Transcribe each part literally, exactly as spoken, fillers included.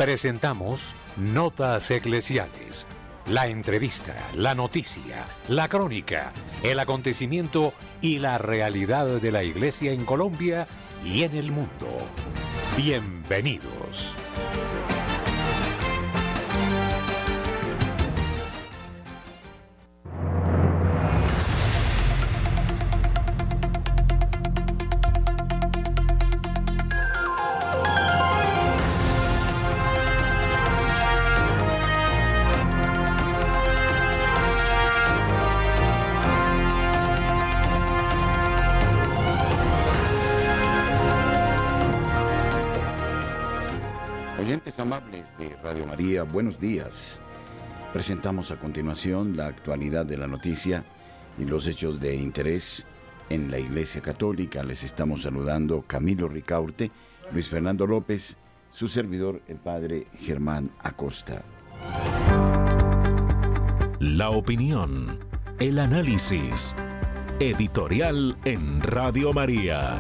Presentamos Notas Eclesiales, la entrevista, la noticia, la crónica, el acontecimiento y la realidad de la Iglesia en Colombia y en el mundo. Bienvenidos. Oyentes amables de Radio María, buenos días. Presentamos a continuación la actualidad de la noticia y los hechos de interés en la Iglesia Católica. Les estamos saludando Camilo Ricaurte, Luis Fernando López, su servidor, el Padre Germán Acosta. La opinión, el análisis, editorial en Radio María.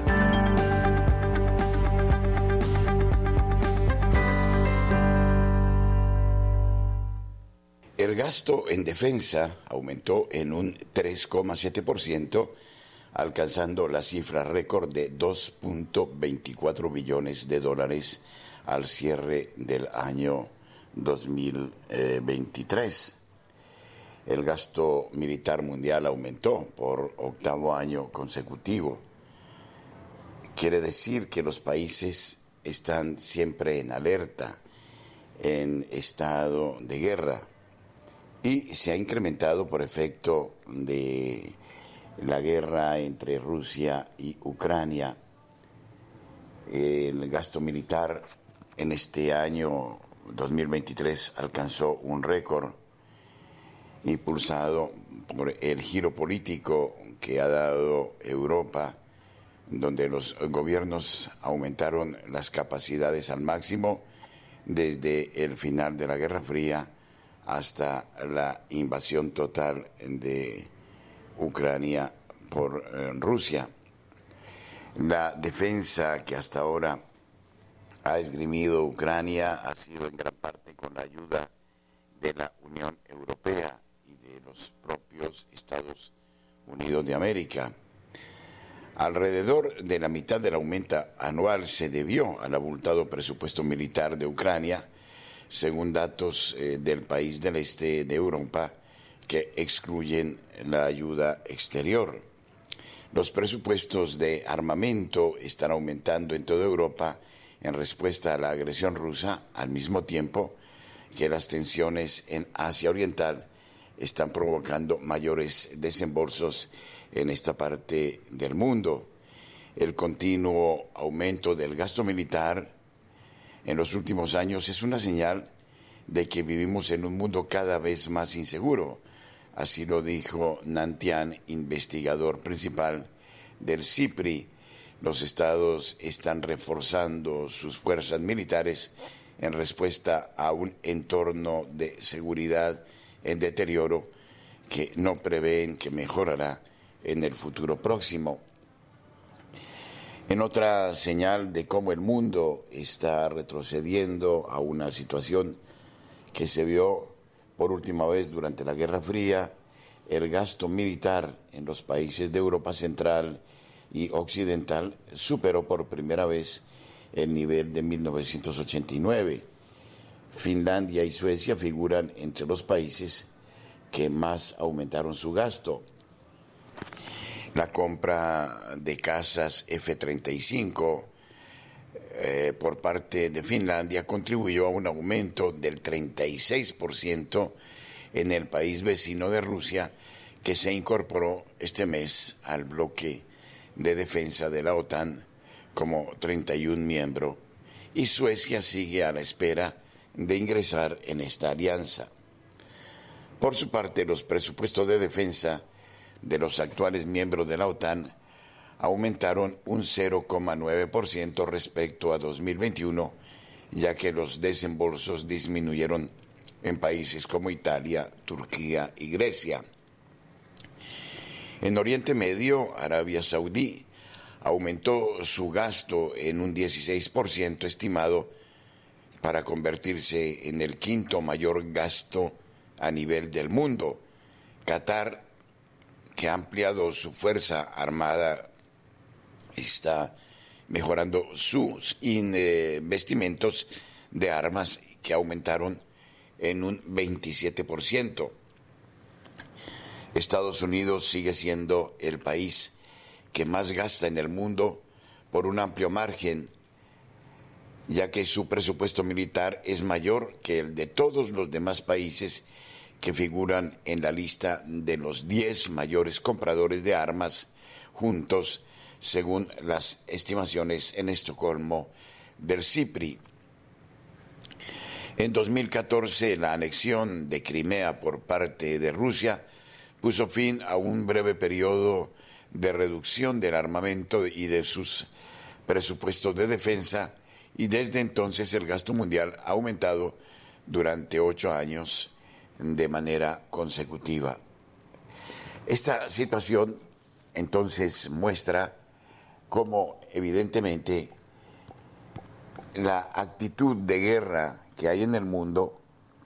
El gasto en defensa aumentó en un tres coma siete por ciento, alcanzando la cifra récord de dos punto veinticuatro billones de dólares al cierre del año dos mil veintitrés. El gasto militar mundial aumentó por octavo año consecutivo. Quiere decir que los países están siempre en alerta, en estado de guerra. Y se ha incrementado por efecto de la guerra entre Rusia y Ucrania. El gasto militar en este año dos mil veintitrés alcanzó un récord impulsado por el giro político que ha dado Europa, donde los gobiernos aumentaron las capacidades al máximo desde el final de la Guerra Fría hasta la invasión total de Ucrania por eh, Rusia. La defensa que hasta ahora ha esgrimido Ucrania ha sido en gran parte con la ayuda de la Unión Europea y de los propios Estados Unidos de América. Alrededor de la mitad del aumento anual se debió al abultado presupuesto militar de Ucrania, según datos eh, del país del este de Europa, que excluyen la ayuda exterior. Los presupuestos de armamento están aumentando en toda Europa en respuesta a la agresión rusa, al mismo tiempo que las tensiones en Asia Oriental están provocando mayores desembolsos en esta parte del mundo. El continuo aumento del gasto militar en los últimos años es una señal de que vivimos en un mundo cada vez más inseguro. Así lo dijo Nantian, investigador principal del CIPRI. Los estados están reforzando sus fuerzas militares en respuesta a un entorno de seguridad en deterioro que no prevén que mejorará en el futuro próximo. En otra señal de cómo el mundo está retrocediendo a una situación que se vio por última vez durante la Guerra Fría, el gasto militar en los países de Europa Central y Occidental superó por primera vez el nivel de mil novecientos ochenta y nueve. Finlandia y Suecia figuran entre los países que más aumentaron su gasto. La compra de cazas F treinta y cinco eh, por parte de Finlandia contribuyó a un aumento del treinta y seis por ciento en el país vecino de Rusia, que se incorporó este mes al bloque de defensa de la OTAN como treinta y uno miembro, y Suecia sigue a la espera de ingresar en esta alianza. Por su parte, los presupuestos de defensa de los actuales miembros de la OTAN aumentaron un cero coma nueve por ciento respecto a dos mil veintiuno, ya que los desembolsos disminuyeron en países como Italia, Turquía y Grecia. En Oriente Medio, Arabia Saudí aumentó su gasto en un dieciséis por ciento estimado para convertirse en el quinto mayor gasto a nivel del mundo. Qatar, que ha ampliado su fuerza armada, está mejorando sus investimentos de armas que aumentaron en un veintisiete por ciento. Estados Unidos sigue siendo el país que más gasta en el mundo por un amplio margen, ya que su presupuesto militar es mayor que el de todos los demás países que figuran en la lista de los diez mayores compradores de armas juntos, según las estimaciones en Estocolmo del CIPRI. En dos mil catorce, la anexión de Crimea por parte de Rusia puso fin a un breve periodo de reducción del armamento y de sus presupuestos de defensa, y desde entonces el gasto mundial ha aumentado durante ocho años de manera consecutiva. Esta situación entonces muestra cómo evidentemente la actitud de guerra que hay en el mundo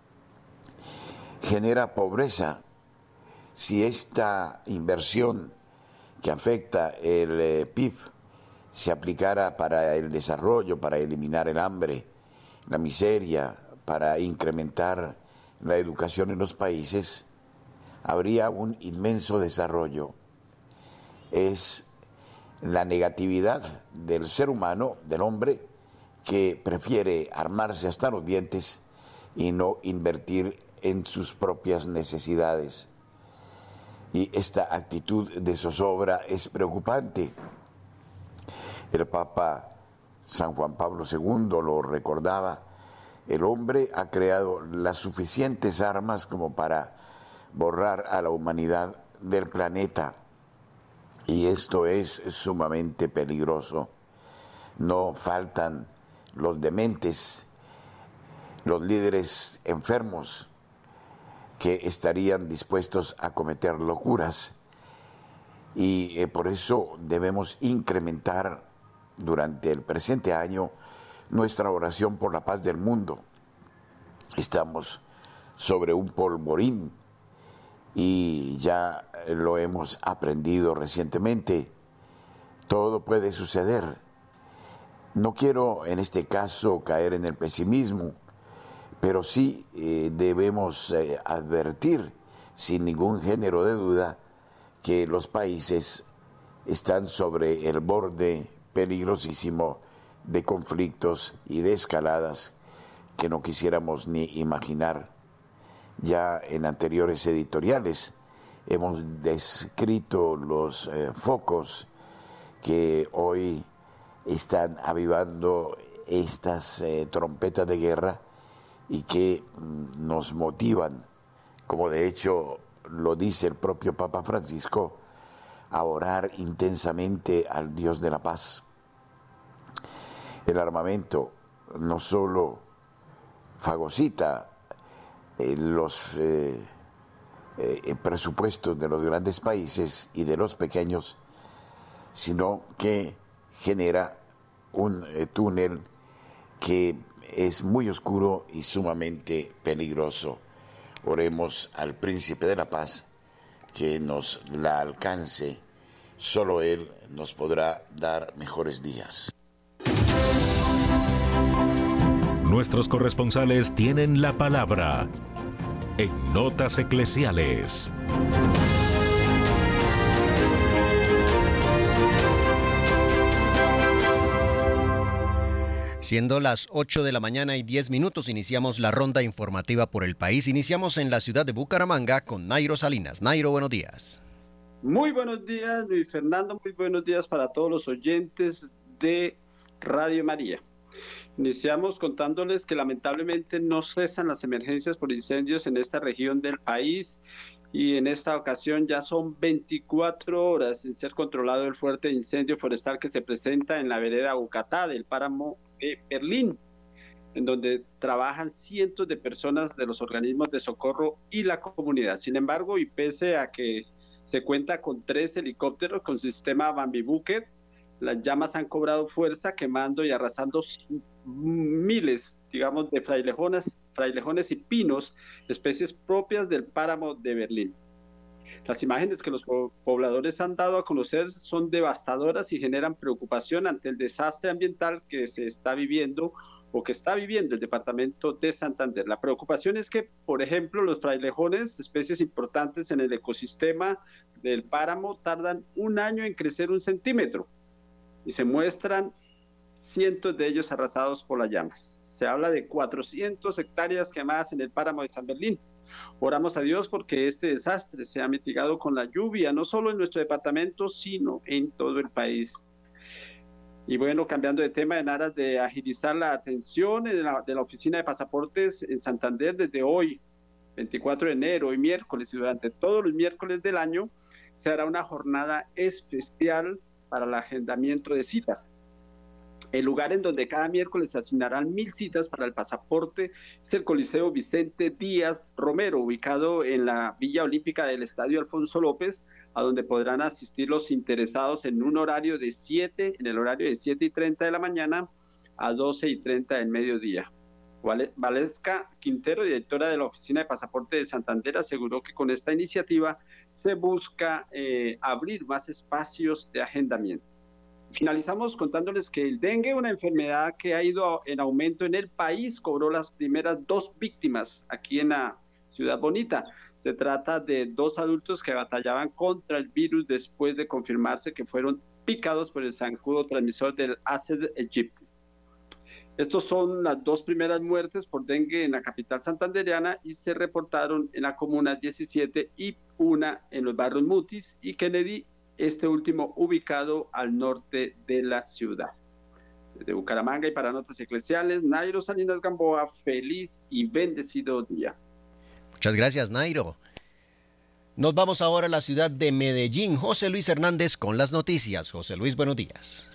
genera pobreza. Si esta inversión que afecta el eh, P I B se aplicara para el desarrollo, para eliminar el hambre, la miseria, para incrementar la educación en los países, habría un inmenso desarrollo. Es la negatividad del ser humano, del hombre, que prefiere armarse hasta los dientes y no invertir en sus propias necesidades. Y esta actitud de zozobra es preocupante. El Papa San Juan Pablo segundo lo recordaba: el hombre ha creado las suficientes armas como para borrar a la humanidad del planeta, y esto es sumamente peligroso. No faltan los dementes, los líderes enfermos que estarían dispuestos a cometer locuras, y eh, por eso debemos incrementar durante el presente año nuestra oración por la paz del mundo. Estamos sobre un polvorín y ya lo hemos aprendido recientemente. Todo puede suceder. No quiero en este caso caer en el pesimismo, pero sí eh, debemos eh, advertir sin ningún género de duda que los países están sobre el borde peligrosísimo de conflictos y de escaladas que no quisiéramos ni imaginar. Ya en anteriores editoriales hemos descrito los eh, focos que hoy están avivando estas eh, trompetas de guerra y que mm, nos motivan, como de hecho lo dice el propio Papa Francisco, a orar intensamente al Dios de la paz. El armamento no solo fagocita eh, los eh, eh, presupuestos de los grandes países y de los pequeños, sino que genera un eh, túnel que es muy oscuro y sumamente peligroso. Oremos al Príncipe de la Paz que nos la alcance. Solo Él nos podrá dar mejores días. Nuestros corresponsales tienen la palabra en Notas Eclesiales. Siendo las ocho de la mañana y diez minutos, iniciamos la ronda informativa por el país. Iniciamos en la ciudad de Bucaramanga con Nairo Salinas. Nairo, buenos días. Muy buenos días, Luis Fernando. Muy buenos días para todos los oyentes de Radio María. Iniciamos contándoles que lamentablemente no cesan las emergencias por incendios en esta región del país, y en esta ocasión ya son veinticuatro horas sin ser controlado el fuerte incendio forestal que se presenta en la vereda Bucatá del páramo de Berlín, en donde trabajan cientos de personas de los organismos de socorro y la comunidad. Sin embargo, y pese a que se cuenta con tres helicópteros con sistema Bambi Bucket, las llamas han cobrado fuerza, quemando y arrasando miles, digamos, de frailejones, frailejones y pinos, especies propias del páramo de Berlín. Las imágenes que los pobladores han dado a conocer son devastadoras y generan preocupación ante el desastre ambiental que se está viviendo o que está viviendo el departamento de Santander. La preocupación es que, por ejemplo, los frailejones, especies importantes en el ecosistema del páramo, tardan un año en crecer un centímetro y se muestran cientos de ellos arrasados por las llamas. Se habla de cuatrocientas hectáreas quemadas en el páramo de San Berlín. Oramos a Dios porque este desastre sea mitigado con la lluvia, no solo en nuestro departamento, sino en todo el país. Y bueno, cambiando de tema, en aras de agilizar la atención de la, de la Oficina de Pasaportes en Santander, desde hoy, veinticuatro de enero y miércoles, y durante todos los miércoles del año, se hará una jornada especial para el agendamiento de citas. El lugar en donde cada miércoles se asignarán mil citas para el pasaporte es el Coliseo Vicente Díaz Romero, ubicado en la Villa Olímpica del Estadio Alfonso López, a donde podrán asistir los interesados en un horario de siete, en el horario de siete y treinta de la mañana a doce y treinta del mediodía. Valesca Quintero, directora de la Oficina de Pasaporte de Santander, aseguró que con esta iniciativa se busca eh, abrir más espacios de agendamiento. Finalizamos contándoles que el dengue, una enfermedad que ha ido en aumento en el país, cobró las primeras dos víctimas aquí en la Ciudad Bonita. Se trata de dos adultos que batallaban contra el virus después de confirmarse que fueron picados por el zancudo transmisor del Aedes aegypti. Estos son las dos primeras muertes por dengue en la capital santandereana y se reportaron en la comuna diecisiete y una en los barrios Mutis y Kennedy, este último ubicado al norte de la ciudad. Desde Bucaramanga y para Notas Eclesiales, Nairo Salinas Gamboa, feliz y bendecido día. Muchas gracias, Nairo. Nos vamos ahora a la ciudad de Medellín. José Luis Hernández con las noticias. José Luis, buenos días.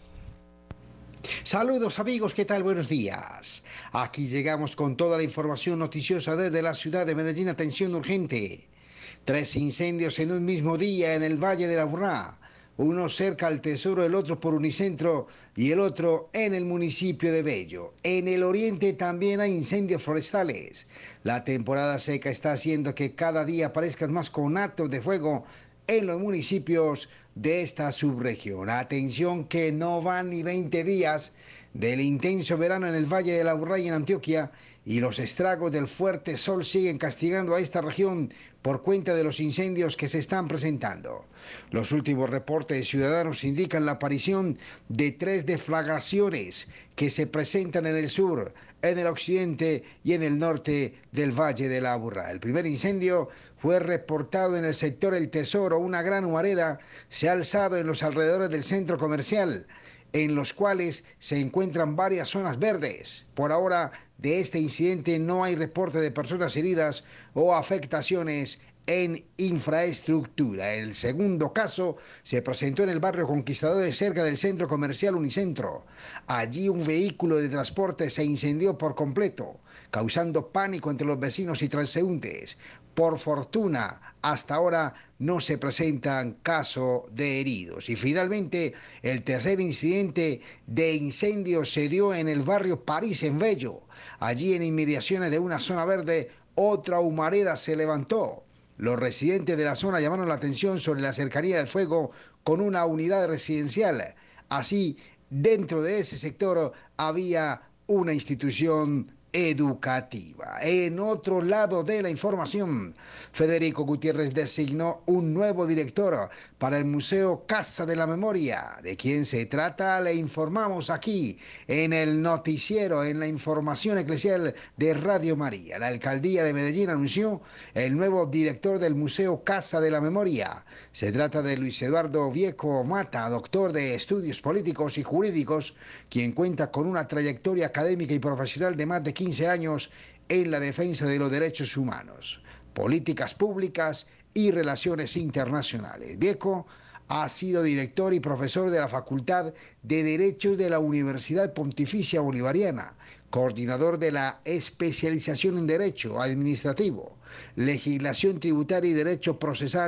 Saludos amigos, ¿qué tal? Buenos días. Aquí llegamos con toda la información noticiosa desde la ciudad de Medellín. Atención urgente. Tres incendios en un mismo día en el Valle de Aburrá, uno cerca al Tesoro, el otro por Unicentro y el otro en el municipio de Bello. En el oriente también hay incendios forestales. La temporada seca está haciendo que cada día aparezcan más conatos de fuego en los municipios de esta subregión. Atención que no van ni veinte días del intenso verano en el Valle de Aburrá y en Antioquia, y los estragos del fuerte sol siguen castigando a esta región por cuenta de los incendios que se están presentando. Los últimos reportes ciudadanos indican la aparición de tres deflagraciones que se presentan en el sur, en el occidente y en el norte del Valle de Aburrá. El primer incendio fue reportado en el sector El Tesoro. Una gran humareda se ha alzado en los alrededores del centro comercial, en los cuales se encuentran varias zonas verdes. Por ahora, de este incidente no hay reporte de personas heridas o afectaciones en infraestructura. El segundo caso se presentó en el barrio Conquistador, cerca del centro comercial Unicentro. Allí un vehículo de transporte se incendió por completo, causando pánico entre los vecinos y transeúntes. Por fortuna, hasta ahora no se presentan casos de heridos. Y finalmente, el tercer incidente de incendio se dio en el barrio París, en Bello. Allí, en inmediaciones de una zona verde, otra humareda se levantó. Los residentes de la zona llamaron la atención sobre la cercanía del fuego con una unidad residencial. Así, dentro de ese sector había una institución educativa. En otro lado de la información, Federico Gutiérrez designó un nuevo director para el Museo Casa de la Memoria. ¿De quién se trata? Le informamos aquí en el noticiero, en la información eclesial de Radio María. La alcaldía de Medellín anunció el nuevo director del Museo Casa de la Memoria. Se trata de Luis Eduardo Vieco Mata, doctor de estudios políticos y jurídicos, quien cuenta con una trayectoria académica y profesional de más de quince años en la defensa de los derechos humanos, políticas públicas y relaciones internacionales. Vieco ha sido director y profesor de la Facultad de Derecho de la Universidad Pontificia Bolivariana, coordinador de la especialización en Derecho Administrativo, Legislación Tributaria y Derecho Procesal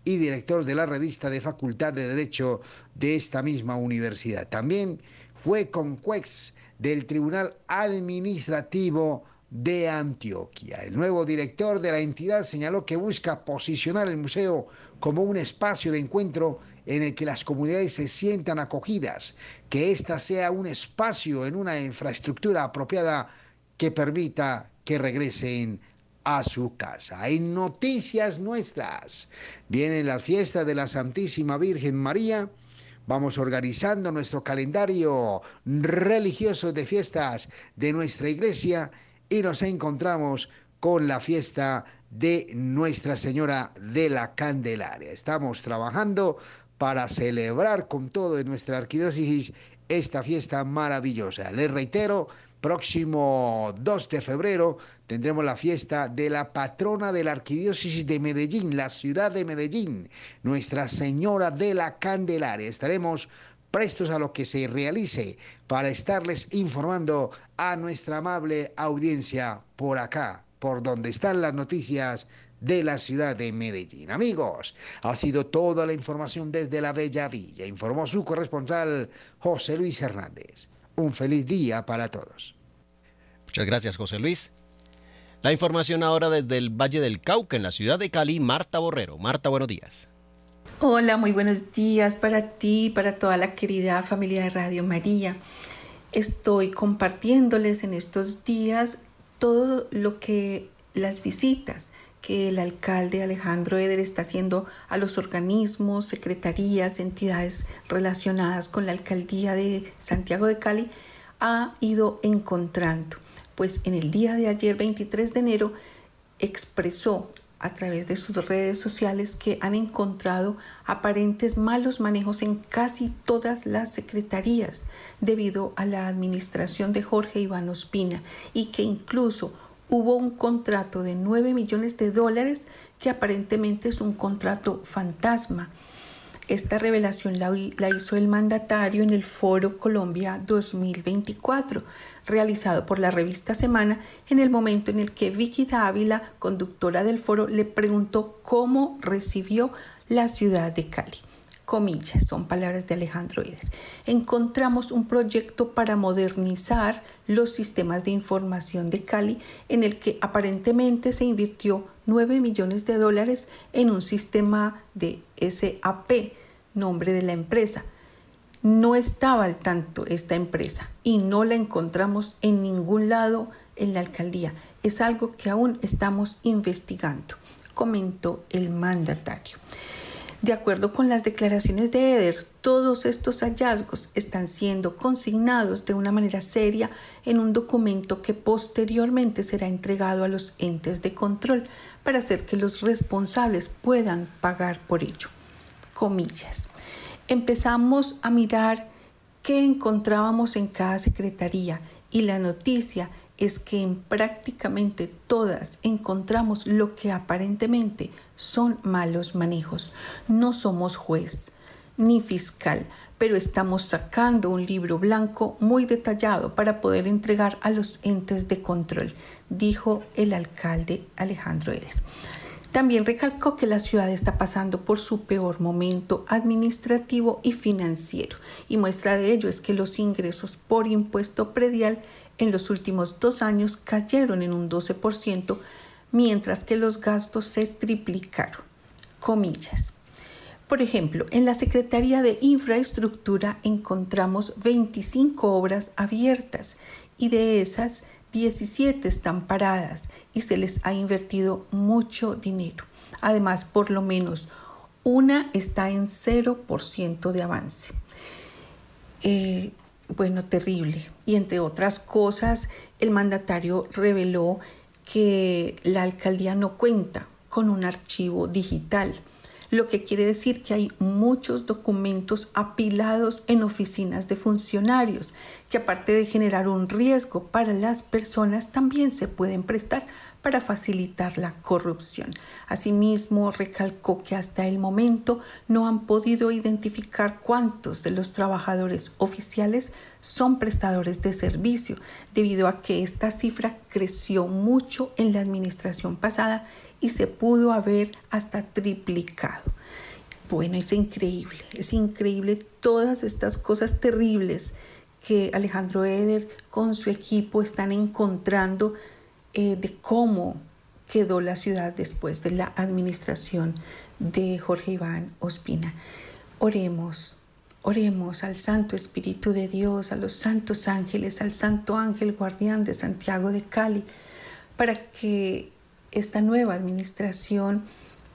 y director de la revista de Facultad de Derecho de esta misma universidad. También fue conjuez del Tribunal Administrativo de Antioquia. El nuevo director de la entidad señaló que busca posicionar el museo como un espacio de encuentro en el que las comunidades se sientan acogidas, que ésta sea un espacio en una infraestructura apropiada que permita que regresen a su casa. En noticias nuestras, vienen las fiestas de la Santísima Virgen María. Vamos organizando nuestro calendario religioso de fiestas de nuestra iglesia y nos encontramos con la fiesta de Nuestra Señora de la Candelaria. Estamos trabajando para celebrar con todo en nuestra arquidiócesis esta fiesta maravillosa. Les reitero, próximo dos de febrero tendremos la fiesta de la patrona de la arquidiócesis de Medellín, la ciudad de Medellín, Nuestra Señora de la Candelaria. Estaremos prestos a lo que se realice para estarles informando a nuestra amable audiencia por acá, por donde están las noticias de la ciudad de Medellín. Amigos, ha sido toda la información desde la Bella Villa. Informó su corresponsal José Luis Hernández. Un feliz día para todos. Muchas gracias, José Luis. La información ahora desde el Valle del Cauca, en la ciudad de Cali, Marta Borrero. Marta, buenos días. Hola, muy buenos días para ti, para toda la querida familia de Radio María. Estoy compartiéndoles en estos días todo lo que las visitas que el alcalde Alejandro Eder está haciendo a los organismos, secretarías, entidades relacionadas con la alcaldía de Santiago de Cali ha ido encontrando. Pues en el día de ayer, veintitrés de enero, expresó a través de sus redes sociales que han encontrado aparentes malos manejos en casi todas las secretarías debido a la administración de Jorge Iván Ospina y que incluso hubo un contrato de nueve millones de dólares que aparentemente es un contrato fantasma. Esta revelación la, la hizo el mandatario en el Foro Colombia dos mil veinticuatro, realizado por la revista Semana, en el momento en el que Vicky Dávila, conductora del foro, le preguntó cómo recibió la ciudad de Cali. Comillas, son palabras de Alejandro Eder. Encontramos un proyecto para modernizar los sistemas de información de Cali, en el que aparentemente se invirtió nueve millones de dólares en un sistema de S A P, nombre de la empresa. No estaba al tanto esta empresa y no la encontramos en ningún lado en la alcaldía. Es algo que aún estamos investigando, comentó el mandatario. De acuerdo con las declaraciones de Eder, todos estos hallazgos están siendo consignados de una manera seria en un documento que posteriormente será entregado a los entes de control para hacer que los responsables puedan pagar por ello. Comillas. Empezamos a mirar qué encontrábamos en cada secretaría y la noticia es que en prácticamente todas encontramos lo que aparentemente son malos manejos. No somos juez ni fiscal, pero estamos sacando un libro blanco muy detallado para poder entregar a los entes de control, dijo el alcalde Alejandro Eder. También recalcó que la ciudad está pasando por su peor momento administrativo y financiero, y muestra de ello es que los ingresos por impuesto predial en los últimos dos años cayeron en un doce por ciento, mientras que los gastos se triplicaron. Comillas. Por ejemplo, en la Secretaría de Infraestructura encontramos veinticinco obras abiertas y de esas diecisiete están paradas y se les ha invertido mucho dinero. Además, por lo menos una está en cero por ciento de avance. Eh, bueno, terrible. Y entre otras cosas, el mandatario reveló que la alcaldía no cuenta con un archivo digital, lo que quiere decir que hay muchos documentos apilados en oficinas de funcionarios, que aparte de generar un riesgo para las personas, también se pueden prestar para facilitar la corrupción. Asimismo, recalcó que hasta el momento no han podido identificar cuántos de los trabajadores oficiales son prestadores de servicio, debido a que esta cifra creció mucho en la administración pasada y se pudo haber hasta triplicado. Bueno, es increíble, es increíble todas estas cosas terribles que Alejandro Eder con su equipo están encontrando eh, de cómo quedó la ciudad después de la administración de Jorge Iván Ospina. Oremos, oremos al Santo Espíritu de Dios, a los santos ángeles, al Santo Ángel Guardián de Santiago de Cali, para que esta nueva administración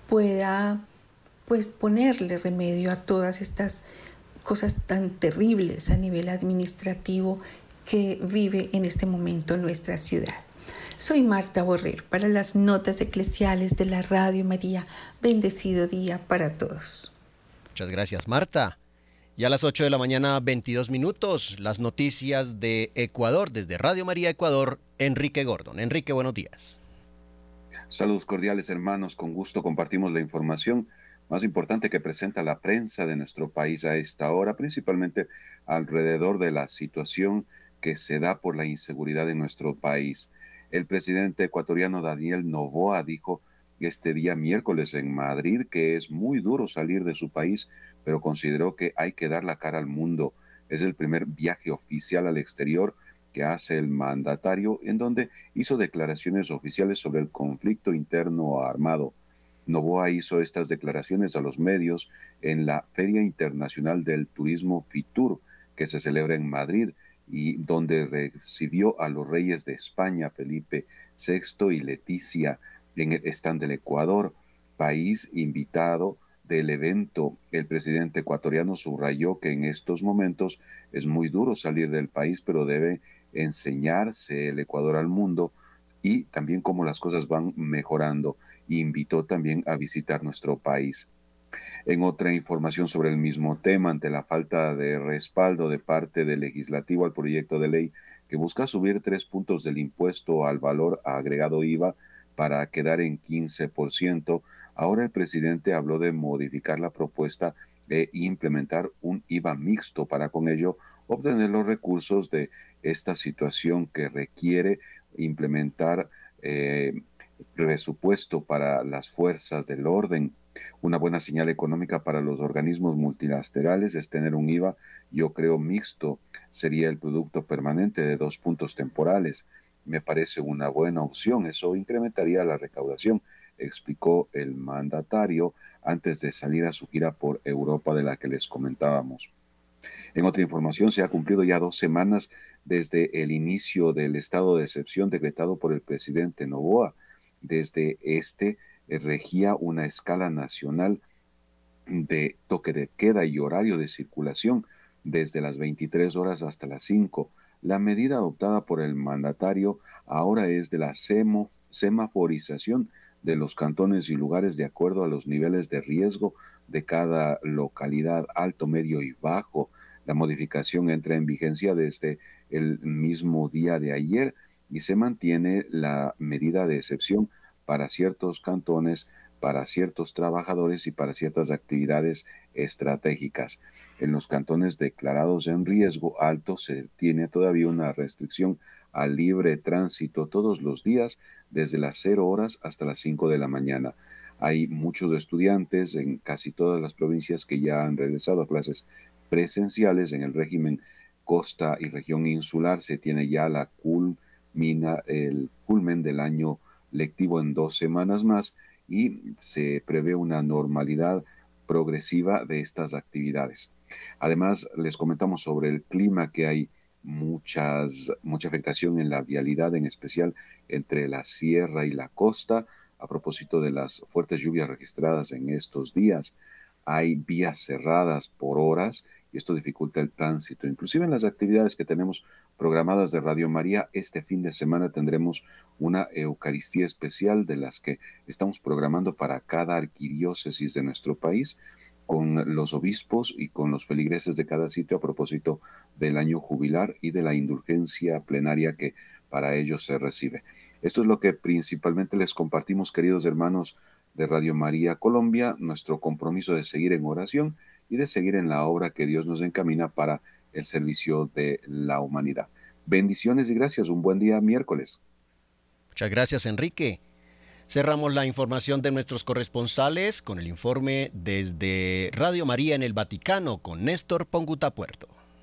pueda pues ponerle remedio a todas estas cosas tan terribles a nivel administrativo que vive en este momento nuestra ciudad. Soy Marta Borrero para las notas eclesiales de la Radio María. Bendecido día para todos. Muchas gracias, Marta. Y a las ocho de la mañana, veintidós minutos, las noticias de Ecuador desde Radio María Ecuador, Enrique Gordon. Enrique, buenos días. Saludos cordiales, hermanos. Con gusto compartimos la información más importante que presenta la prensa de nuestro país a esta hora, principalmente alrededor de la situación que se da por la inseguridad en nuestro país. El presidente ecuatoriano Daniel Noboa dijo este día miércoles en Madrid que es muy duro salir de su país, pero consideró que hay que dar la cara al mundo. Es el primer viaje oficial al exterior que hace el mandatario, en donde hizo declaraciones oficiales sobre el conflicto interno armado. Noboa hizo estas declaraciones a los medios en la Feria Internacional del Turismo FITUR, que se celebra en Madrid, y donde recibió a los reyes de España, Felipe sexto y Leticia, en el stand del Ecuador, país invitado del evento. El presidente ecuatoriano subrayó que en estos momentos es muy duro salir del país, pero debe enseñarse el Ecuador al mundo y también cómo las cosas van mejorando. Y invitó también a visitar nuestro país. En otra información sobre el mismo tema, ante la falta de respaldo de parte del legislativo al proyecto de ley que busca subir tres puntos del impuesto al valor agregado I V A para quedar en quince por ciento, ahora el presidente habló de modificar la propuesta e implementar un I V A mixto para con ello obtener los recursos de esta situación que requiere implementar eh, presupuesto para las fuerzas del orden. Una buena señal económica para los organismos multilaterales es tener un I V A, yo creo, mixto. Sería el producto permanente de dos puntos temporales. Me parece una buena opción. Eso incrementaría la recaudación, explicó el mandatario antes de salir a su gira por Europa de la que les comentábamos. En otra información, se ha cumplido ya dos semanas desde el inicio del estado de excepción decretado por el presidente Noboa. Desde este eh, regía una escala nacional de toque de queda y horario de circulación desde las veintitrés horas hasta las cinco. La medida adoptada por el mandatario ahora es de la semo, semaforización de los cantones y lugares de acuerdo a los niveles de riesgo de cada localidad, alto, medio y bajo. La modificación entra en vigencia desde el mismo día de ayer y se mantiene la medida de excepción para ciertos cantones, para ciertos trabajadores y para ciertas actividades estratégicas. En los cantones declarados en riesgo alto se tiene todavía una restricción al libre tránsito todos los días desde las cero horas hasta las cinco de la mañana. Hay muchos estudiantes en casi todas las provincias que ya han regresado a clases presenciales. En el régimen costa y región insular se tiene ya la culmina, el culmen del año lectivo en dos semanas más y se prevé una normalidad progresiva de estas actividades. Además, les comentamos sobre el clima, que hay muchas, mucha afectación en la vialidad, en especial entre la sierra y la costa. A propósito de las fuertes lluvias registradas en estos días, hay vías cerradas por horas y esto dificulta el tránsito. Inclusive en las actividades que tenemos programadas de Radio María, este fin de semana tendremos una Eucaristía especial de las que estamos programando para cada arquidiócesis de nuestro país, con los obispos y con los feligreses de cada sitio a propósito del año jubilar y de la indulgencia plenaria que para ellos se recibe. Esto es lo que principalmente les compartimos, queridos hermanos de Radio María Colombia, nuestro compromiso de seguir en oración y de seguir en la obra que Dios nos encamina para el servicio de la humanidad. Bendiciones y gracias. Un buen día miércoles. Muchas gracias, Enrique. Cerramos la información de nuestros corresponsales con el informe desde Radio María en el Vaticano con Néstor Ponguta Puerto.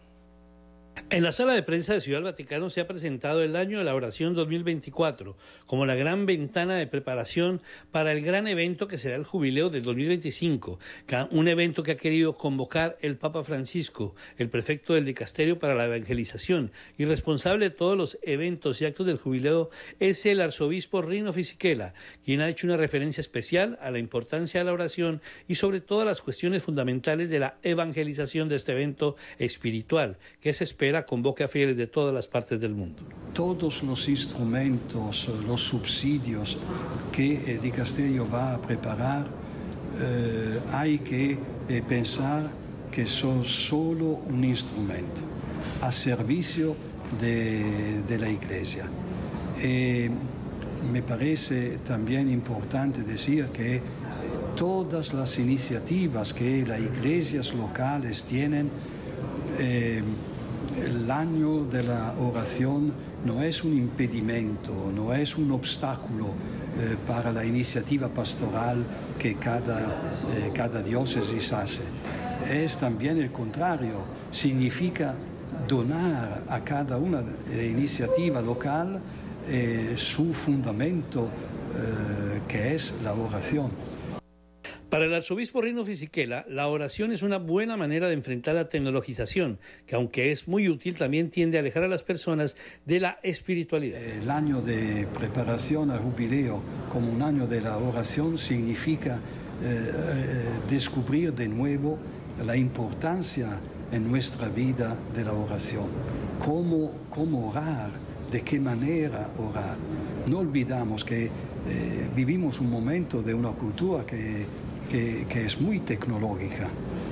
En la sala de prensa de Ciudad del Vaticano se ha presentado el Año de la Oración dos mil veinticuatro como la gran ventana de preparación para el gran evento que será el Jubileo del dos mil veinticinco, un evento que ha querido convocar el Papa Francisco, el prefecto del Dicasterio para la Evangelización y responsable de todos los eventos y actos del Jubileo es el arzobispo Rino Fisichella, quien ha hecho una referencia especial a la importancia de la oración y sobre todas las cuestiones fundamentales de la evangelización de este evento espiritual que se espera convoque a fieles de todas las partes del mundo. Todos los instrumentos, los subsidios que el dicasterio va a preparar, eh, hay que eh, pensar que son solo un instrumento a servicio de, de la Iglesia. Eh, me parece también importante decir que todas las iniciativas que las iglesias locales tienen, eh, el año de la oración no es un impedimento, no es un obstáculo eh, para la iniciativa pastoral que cada, eh, cada diócesis hace. Es también el contrario, significa donar a cada una de iniciativa local eh, su fundamento eh, que es la oración. Para el arzobispo Rino Fisichella, la oración es una buena manera de enfrentar la tecnologización, que aunque es muy útil, también tiende a alejar a las personas de la espiritualidad. El año de preparación al jubileo como un año de la oración significa eh, descubrir de nuevo la importancia en nuestra vida de la oración. Cómo, cómo orar, de qué manera orar. No olvidamos que eh, vivimos un momento de una cultura que Que, que es muy tecnológica.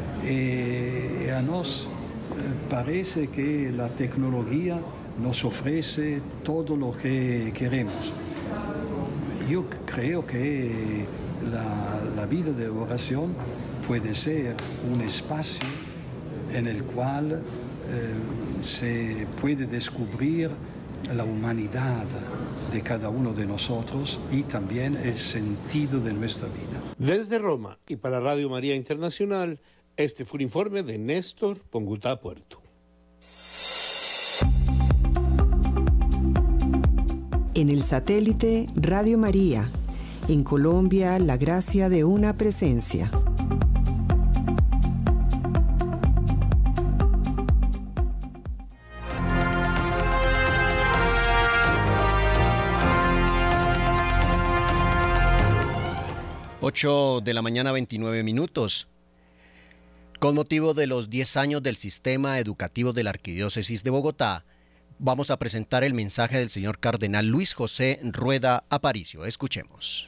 Eh, a nos eh, parece que la tecnología nos ofrece todo lo que queremos. Yo creo que la, la vida de oración puede ser un espacio en el cual eh, se puede descubrir la humanidad de cada uno de nosotros y también el sentido de nuestra vida. Desde Roma y para Radio María Internacional, este fue un informe de Néstor Ponguta Puerto. En el satélite Radio María, en Colombia, la gracia de una presencia. ocho de la mañana, veintinueve minutos. Con motivo de los diez años del sistema educativo de la Arquidiócesis de Bogotá, vamos a presentar el mensaje del señor Cardenal Luis José Rueda Aparicio. Escuchemos.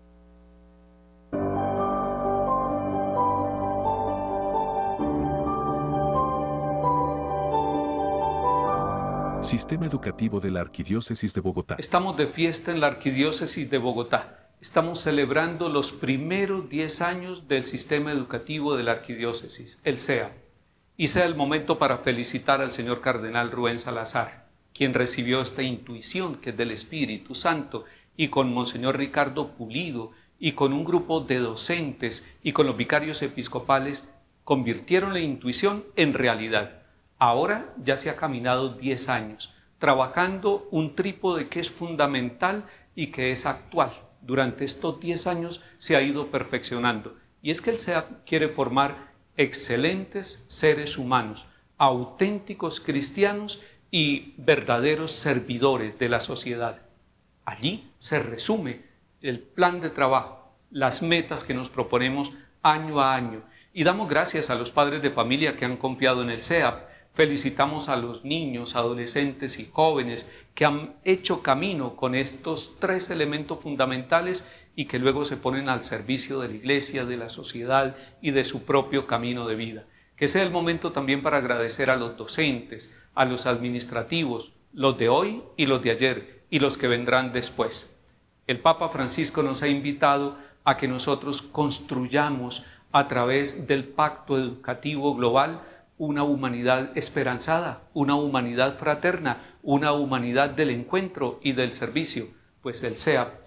Sistema Educativo de la Arquidiócesis de Bogotá. Estamos de fiesta en la Arquidiócesis de Bogotá. Estamos celebrando los primeros diez años del sistema educativo de la Arquidiócesis, el C E A. Y sea el momento para felicitar al señor Cardenal Rubén Salazar, quien recibió esta intuición que es del Espíritu Santo, y con Monseñor Ricardo Pulido, y con un grupo de docentes, y con los vicarios episcopales, convirtieron la intuición en realidad. Ahora ya se ha caminado diez años, trabajando un trípode que es fundamental y que es actual. Durante estos diez años se ha ido perfeccionando. Y es que el C E A quiere formar excelentes seres humanos, auténticos cristianos y verdaderos servidores de la sociedad. Allí se resume el plan de trabajo, las metas que nos proponemos año a año. Y damos gracias a los padres de familia que han confiado en el C E A. Felicitamos a los niños, adolescentes y jóvenes que han hecho camino con estos tres elementos fundamentales y que luego se ponen al servicio de la Iglesia, de la sociedad y de su propio camino de vida. Que sea el momento también para agradecer a los docentes, a los administrativos, los de hoy y los de ayer y los que vendrán después. El Papa Francisco nos ha invitado a que nosotros construyamos a través del Pacto Educativo Global una humanidad esperanzada, una humanidad fraterna, una humanidad del encuentro y del servicio, pues el C E A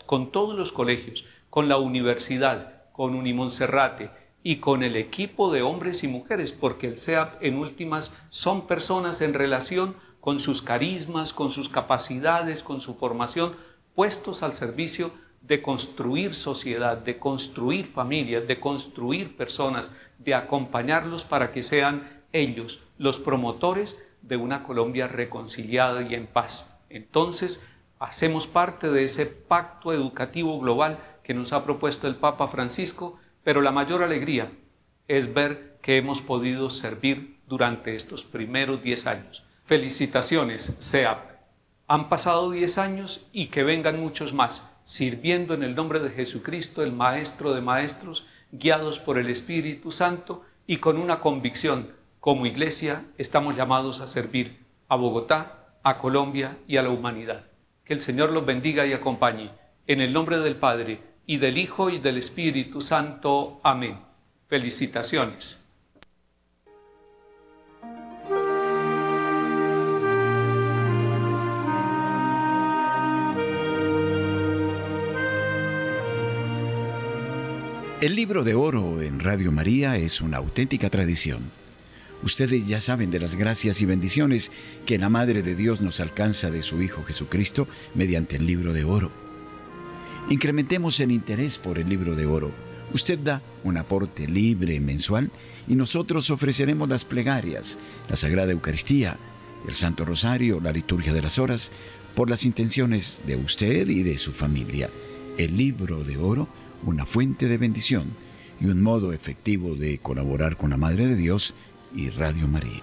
con todos los colegios, con la universidad, con Unimonserrate y con el equipo de hombres y mujeres, porque el C E A P en últimas son personas en relación con sus carismas, con sus capacidades, con su formación, puestos al servicio de construir sociedad, de construir familias, de construir personas, de acompañarlos para que sean ellos los promotores de una Colombia reconciliada y en paz. Entonces, hacemos parte de ese pacto educativo global que nos ha propuesto el Papa Francisco, pero la mayor alegría es ver que hemos podido servir durante estos primeros diez años. Felicitaciones, C E A P. Han pasado diez años y que vengan muchos más, sirviendo en el nombre de Jesucristo, el Maestro de Maestros, guiados por el Espíritu Santo y con una convicción: como Iglesia estamos llamados a servir a Bogotá, a Colombia y a la humanidad. Que el Señor los bendiga y acompañe. En el nombre del Padre, y del Hijo y del Espíritu Santo. Amén. Felicitaciones. El libro de oro en Radio María es una auténtica tradición. Ustedes ya saben de las gracias y bendiciones que la Madre de Dios nos alcanza de su Hijo Jesucristo mediante el libro de oro. Incrementemos el interés por el libro de oro. Usted da un aporte libre mensual y nosotros ofreceremos las plegarias, la Sagrada Eucaristía, el Santo Rosario, la Liturgia de las Horas, por las intenciones de usted y de su familia. El libro de oro, una fuente de bendición y un modo efectivo de colaborar con la Madre de Dios y Radio María.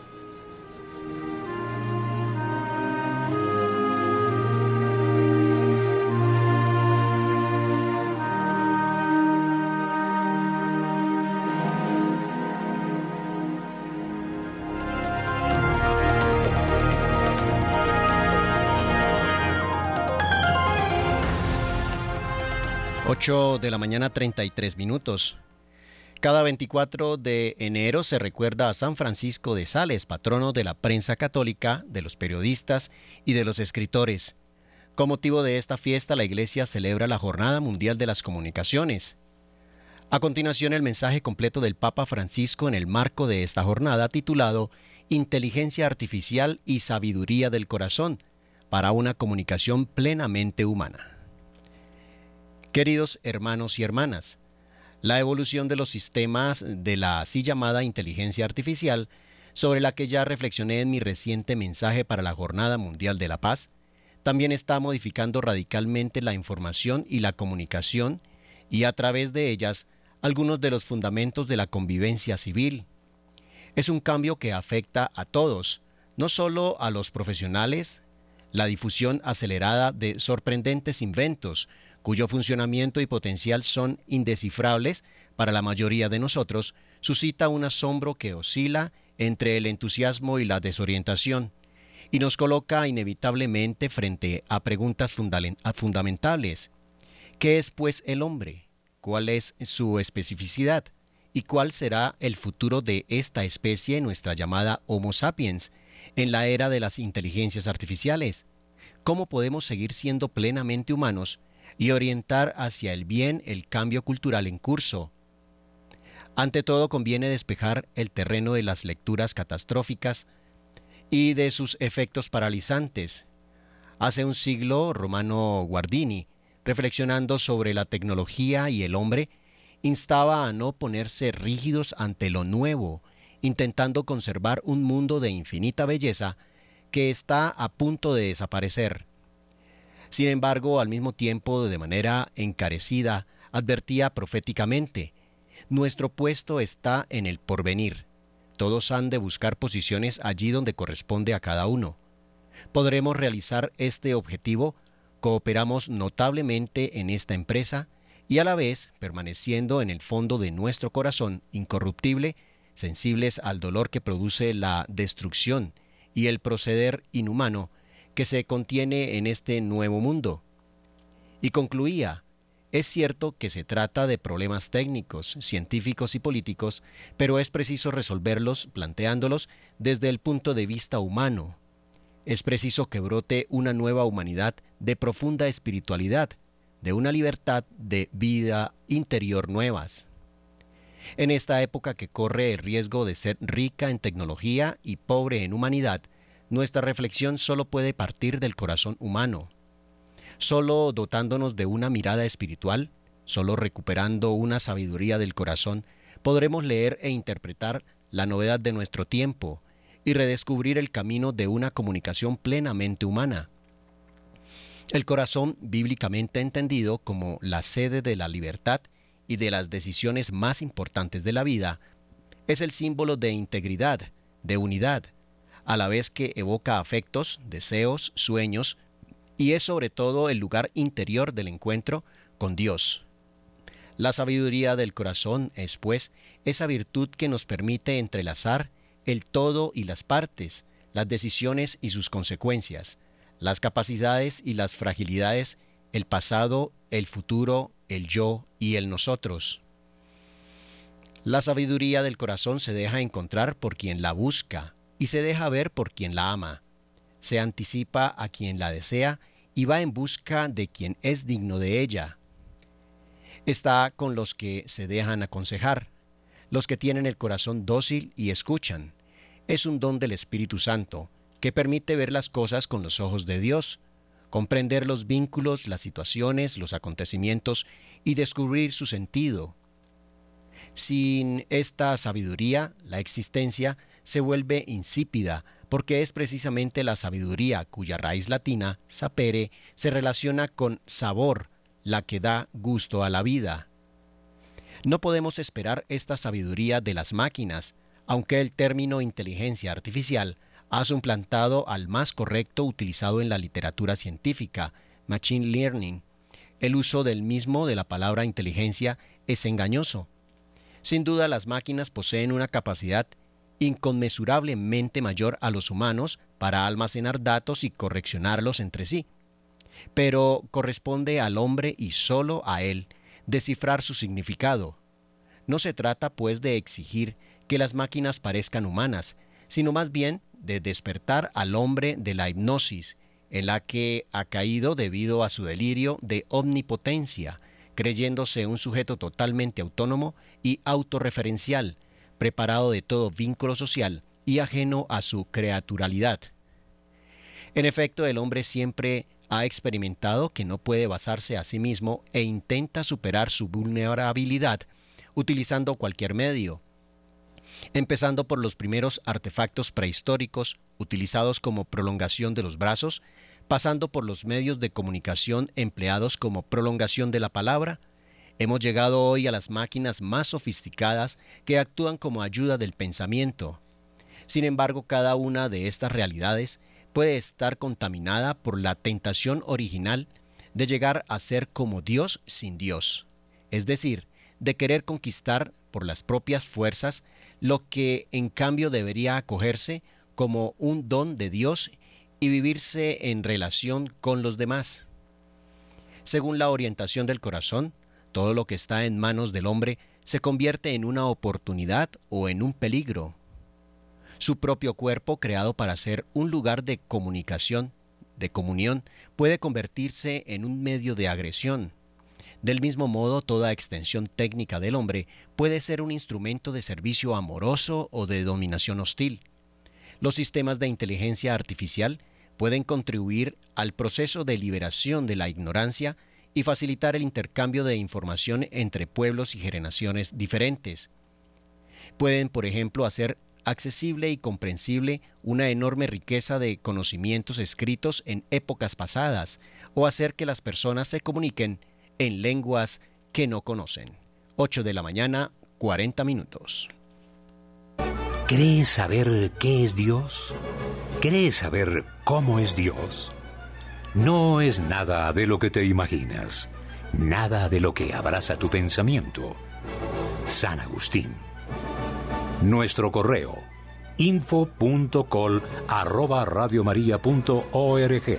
ocho de la mañana, treinta y tres minutos. Cada veinticuatro de enero se recuerda a San Francisco de Sales, patrono de la prensa católica, de los periodistas y de los escritores. Con motivo de esta fiesta, la Iglesia celebra la Jornada Mundial de las Comunicaciones. A continuación, el mensaje completo del Papa Francisco en el marco de esta jornada, titulado Inteligencia Artificial y Sabiduría del Corazón, para una comunicación plenamente humana. Queridos hermanos y hermanas, la evolución de los sistemas de la así llamada inteligencia artificial, sobre la que ya reflexioné en mi reciente mensaje para la Jornada Mundial de la Paz, también está modificando radicalmente la información y la comunicación y a través de ellas algunos de los fundamentos de la convivencia civil. Es un cambio que afecta a todos, no solo a los profesionales. La difusión acelerada de sorprendentes inventos, cuyo funcionamiento y potencial son indescifrables para la mayoría de nosotros, suscita un asombro que oscila entre el entusiasmo y la desorientación, y nos coloca inevitablemente frente a preguntas fundamentales. ¿Qué es, pues, el hombre? ¿Cuál es su especificidad? ¿Y cuál será el futuro de esta especie, nuestra llamada Homo sapiens, en la era de las inteligencias artificiales? ¿Cómo podemos seguir siendo plenamente humanos y orientar hacia el bien el cambio cultural en curso? Ante todo, conviene despejar el terreno de las lecturas catastróficas y de sus efectos paralizantes. Hace un siglo, Romano Guardini, reflexionando sobre la tecnología y el hombre, instaba a no ponerse rígidos ante lo nuevo, intentando conservar un mundo de infinita belleza que está a punto de desaparecer. Sin embargo, al mismo tiempo, de manera encarecida, advertía proféticamente: nuestro puesto está en el porvenir. Todos han de buscar posiciones allí donde corresponde a cada uno. ¿Podremos realizar este objetivo? Cooperamos notablemente en esta empresa y a la vez permaneciendo en el fondo de nuestro corazón incorruptible, sensibles al dolor que produce la destrucción y el proceder inhumano que se contiene en este nuevo mundo. Y concluía: es cierto que se trata de problemas técnicos, científicos y políticos, pero es preciso resolverlos planteándolos desde el punto de vista humano. Es preciso que brote una nueva humanidad de profunda espiritualidad, de una libertad de vida interior nuevas. En esta época que corre el riesgo de ser rica en tecnología y pobre en humanidad, nuestra reflexión solo puede partir del corazón humano. Solo dotándonos de una mirada espiritual, solo recuperando una sabiduría del corazón, podremos leer e interpretar la novedad de nuestro tiempo y redescubrir el camino de una comunicación plenamente humana. El corazón, bíblicamente entendido como la sede de la libertad y de las decisiones más importantes de la vida, es el símbolo de integridad, de unidad, a la vez que evoca afectos, deseos, sueños, y es sobre todo el lugar interior del encuentro con Dios. La sabiduría del corazón es, pues, esa virtud que nos permite entrelazar el todo y las partes, las decisiones y sus consecuencias, las capacidades y las fragilidades, el pasado, el futuro, el yo y el nosotros. La sabiduría del corazón se deja encontrar por quien la busca y se deja ver por quien la ama. Se anticipa a quien la desea y va en busca de quien es digno de ella. Está con los que se dejan aconsejar, los que tienen el corazón dócil y escuchan. Es un don del Espíritu Santo que permite ver las cosas con los ojos de Dios, comprender los vínculos, las situaciones, los acontecimientos y descubrir su sentido. Sin esta sabiduría, la existencia se vuelve insípida, porque es precisamente la sabiduría cuya raíz latina, sapere, se relaciona con sabor, la que da gusto a la vida. No podemos esperar esta sabiduría de las máquinas, aunque el término inteligencia artificial ha suplantado al más correcto utilizado en la literatura científica, machine learning. El uso del mismo de la palabra inteligencia es engañoso. Sin duda, las máquinas poseen una capacidad inconmensurablemente mayor a los humanos para almacenar datos y correccionarlos entre sí. Pero corresponde al hombre y solo a él descifrar su significado. No se trata, pues, de exigir que las máquinas parezcan humanas, sino más bien de despertar al hombre de la hipnosis, en la que ha caído debido a su delirio de omnipotencia, creyéndose un sujeto totalmente autónomo y autorreferencial, preparado de todo vínculo social y ajeno a su creaturalidad. En efecto, el hombre siempre ha experimentado que no puede basarse a sí mismo e intenta superar su vulnerabilidad utilizando cualquier medio, empezando por los primeros artefactos prehistóricos utilizados como prolongación de los brazos, pasando por los medios de comunicación empleados como prolongación de la palabra. Hemos llegado hoy a las máquinas más sofisticadas que actúan como ayuda del pensamiento. Sin embargo, cada una de estas realidades puede estar contaminada por la tentación original de llegar a ser como Dios sin Dios, es decir, de querer conquistar por las propias fuerzas lo que en cambio debería acogerse como un don de Dios y vivirse en relación con los demás. Según la orientación del corazón, todo lo que está en manos del hombre se convierte en una oportunidad o en un peligro. Su propio cuerpo, creado para ser un lugar de comunicación, de comunión, puede convertirse en un medio de agresión. Del mismo modo, toda extensión técnica del hombre puede ser un instrumento de servicio amoroso o de dominación hostil. Los sistemas de inteligencia artificial pueden contribuir al proceso de liberación de la ignorancia y facilitar el intercambio de información entre pueblos y generaciones diferentes. Pueden, por ejemplo, hacer accesible y comprensible una enorme riqueza de conocimientos escritos en épocas pasadas, o hacer que las personas se comuniquen en lenguas que no conocen. ocho de la mañana, cuarenta minutos. ¿Crees saber qué es Dios? ¿Crees saber cómo es Dios? No es nada de lo que te imaginas, nada de lo que abraza tu pensamiento. San Agustín. Nuestro correo, info punto col arroba radiomaria punto org.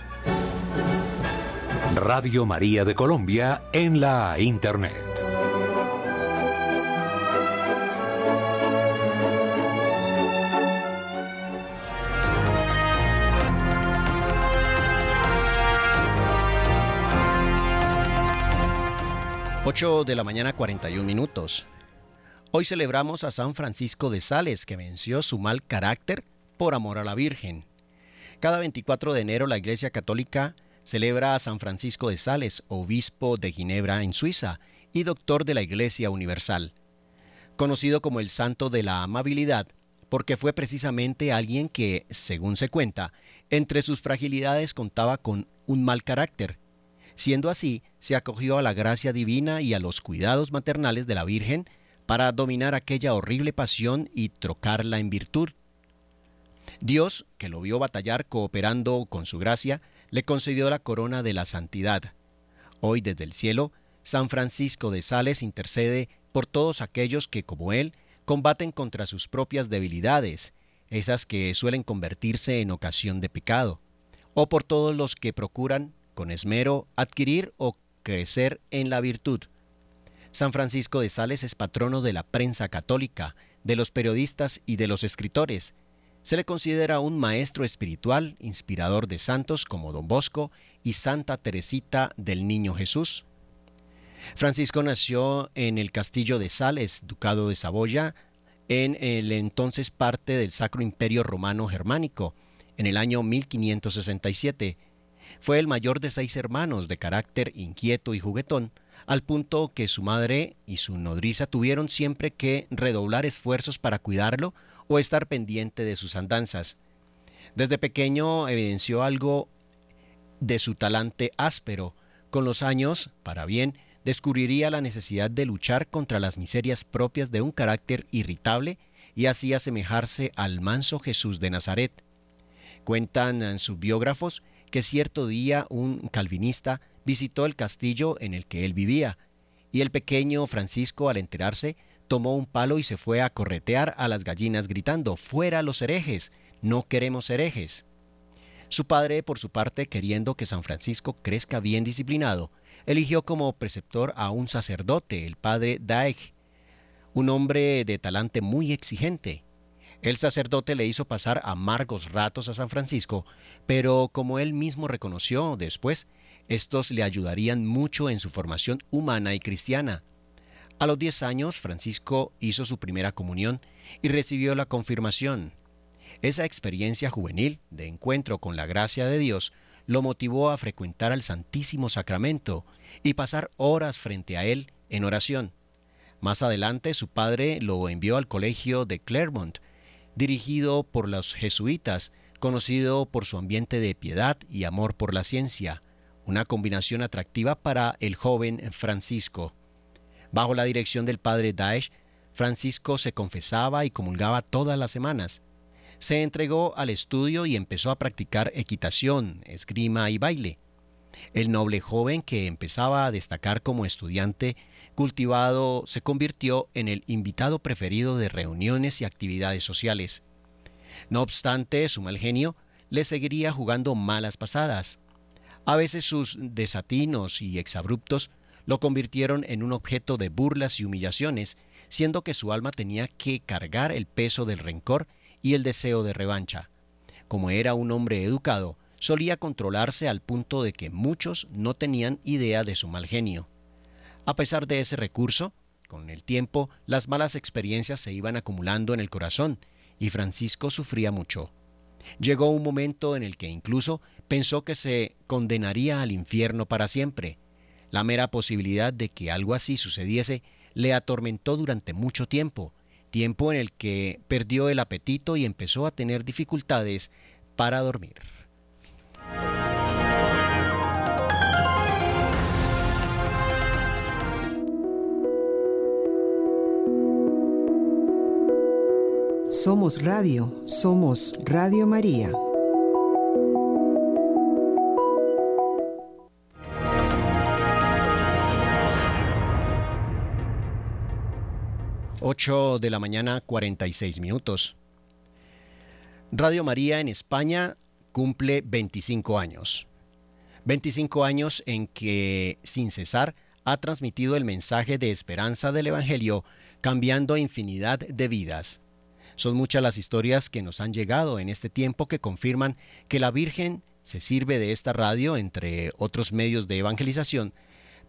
Radio María de Colombia en la Internet. ocho de la mañana, cuarenta y un minutos. Hoy celebramos a San Francisco de Sales, que venció su mal carácter por amor a la Virgen. Cada veinticuatro de enero la Iglesia Católica celebra a San Francisco de Sales, obispo de Ginebra en Suiza y doctor de la Iglesia Universal. Conocido como el Santo de la Amabilidad, porque fue precisamente alguien que, según se cuenta, entre sus fragilidades contaba con un mal carácter. Siendo así, se acogió a la gracia divina y a los cuidados maternales de la Virgen para dominar aquella horrible pasión y trocarla en virtud. Dios, que lo vio batallar cooperando con su gracia, le concedió la corona de la santidad. Hoy desde el cielo, San Francisco de Sales intercede por todos aquellos que, como él, combaten contra sus propias debilidades, esas que suelen convertirse en ocasión de pecado, o por todos los que procuran, con esmero, adquirir o crecer en la virtud. San Francisco de Sales es patrono de la prensa católica, de los periodistas y de los escritores. Se le considera un maestro espiritual, inspirador de santos como Don Bosco y Santa Teresita del Niño Jesús. Francisco nació en el castillo de Sales, ducado de Saboya, en el entonces parte del Sacro Imperio Romano Germánico, en el año mil quinientos sesenta y siete. Fue el mayor de seis hermanos, de carácter inquieto y juguetón, al punto que su madre y su nodriza tuvieron siempre que redoblar esfuerzos para cuidarlo o estar pendiente de sus andanzas. Desde pequeño evidenció algo de su talante áspero. Con los años, para bien, descubriría la necesidad de luchar contra las miserias propias de un carácter irritable y así asemejarse al manso Jesús de Nazaret. Cuentan sus biógrafos que cierto día un calvinista visitó el castillo en el que él vivía, y el pequeño Francisco, al enterarse, tomó un palo y se fue a corretear a las gallinas gritando: «¡Fuera los herejes! ¡No queremos herejes!». Su padre, por su parte, queriendo que San Francisco crezca bien disciplinado, eligió como preceptor a un sacerdote, el padre Daeg, un hombre de talante muy exigente. El sacerdote le hizo pasar amargos ratos a San Francisco, pero como él mismo reconoció después, estos le ayudarían mucho en su formación humana y cristiana. A los diez años, Francisco hizo su primera comunión y recibió la confirmación. Esa experiencia juvenil de encuentro con la gracia de Dios lo motivó a frecuentar al Santísimo Sacramento y pasar horas frente a él en oración. Más adelante, su padre lo envió al colegio de Clermont, dirigido por los jesuitas, conocido por su ambiente de piedad y amor por la ciencia, una combinación atractiva para el joven Francisco. Bajo la dirección del padre Daesh, Francisco se confesaba y comulgaba todas las semanas. Se entregó al estudio y empezó a practicar equitación, esgrima y baile. El noble joven, que empezaba a destacar como estudiante cultivado, se convirtió en el invitado preferido de reuniones y actividades sociales. No obstante, su mal genio le seguiría jugando malas pasadas. A veces sus desatinos y exabruptos lo convirtieron en un objeto de burlas y humillaciones, siendo que su alma tenía que cargar el peso del rencor y el deseo de revancha. Como era un hombre educado, solía controlarse al punto de que muchos no tenían idea de su mal genio. A pesar de ese recurso, con el tiempo, las malas experiencias se iban acumulando en el corazón y Francisco sufría mucho. Llegó un momento en el que incluso pensó que se condenaría al infierno para siempre. La mera posibilidad de que algo así sucediese le atormentó durante mucho tiempo, tiempo en el que perdió el apetito y empezó a tener dificultades para dormir. Somos Radio, somos Radio María. ocho de la mañana, cuarenta y seis minutos. Radio María en España cumple veinticinco años. veinticinco años en que, sin cesar, ha transmitido el mensaje de esperanza del Evangelio, cambiando infinidad de vidas. Son muchas las historias que nos han llegado en este tiempo que confirman que la Virgen se sirve de esta radio, entre otros medios de evangelización,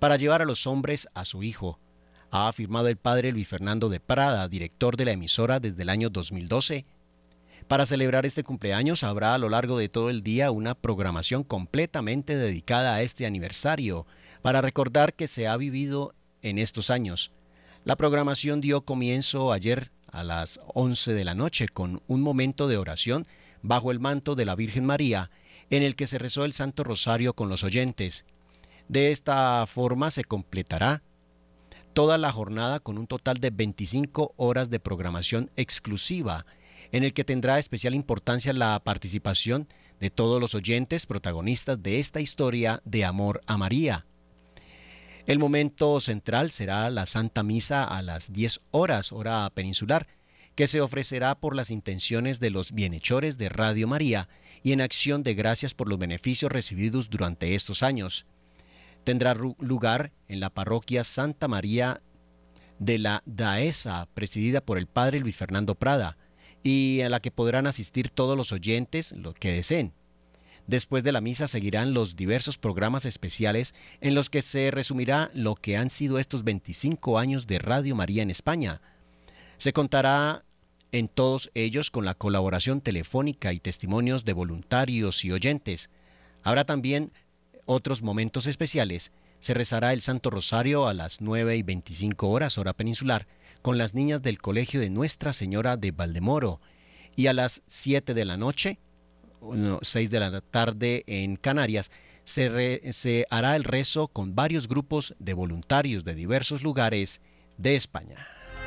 para llevar a los hombres a su Hijo, ha afirmado el padre Luis Fernando de Prada, director de la emisora desde el año dos mil doce. Para celebrar este cumpleaños habrá a lo largo de todo el día una programación completamente dedicada a este aniversario, para recordar que se ha vivido en estos años. La programación dio comienzo ayer a las once de la noche con un momento de oración bajo el manto de la Virgen María, en el que se rezó el Santo Rosario con los oyentes. De esta forma se completará toda la jornada con un total de veinticinco horas de programación exclusiva, en el que tendrá especial importancia la participación de todos los oyentes protagonistas de esta historia de amor a María. El momento central será la Santa Misa a las diez horas, hora peninsular, que se ofrecerá por las intenciones de los bienhechores de Radio María y en acción de gracias por los beneficios recibidos durante estos años. Tendrá lugar en la parroquia Santa María de la Dehesa, presidida por el padre Luis Fernando Prada, y a la que podrán asistir todos los oyentes lo que deseen. Después de la misa seguirán los diversos programas especiales en los que se resumirá lo que han sido estos veinticinco años de Radio María en España. Se contará en todos ellos con la colaboración telefónica y testimonios de voluntarios y oyentes. Habrá también otros momentos especiales. Se rezará el Santo Rosario a las nueve y veinticinco horas, hora peninsular, con las niñas del Colegio de Nuestra Señora de Valdemoro, y a las siete de la noche, seis de la tarde en Canarias, se, re, se hará el rezo con varios grupos de voluntarios de diversos lugares de España.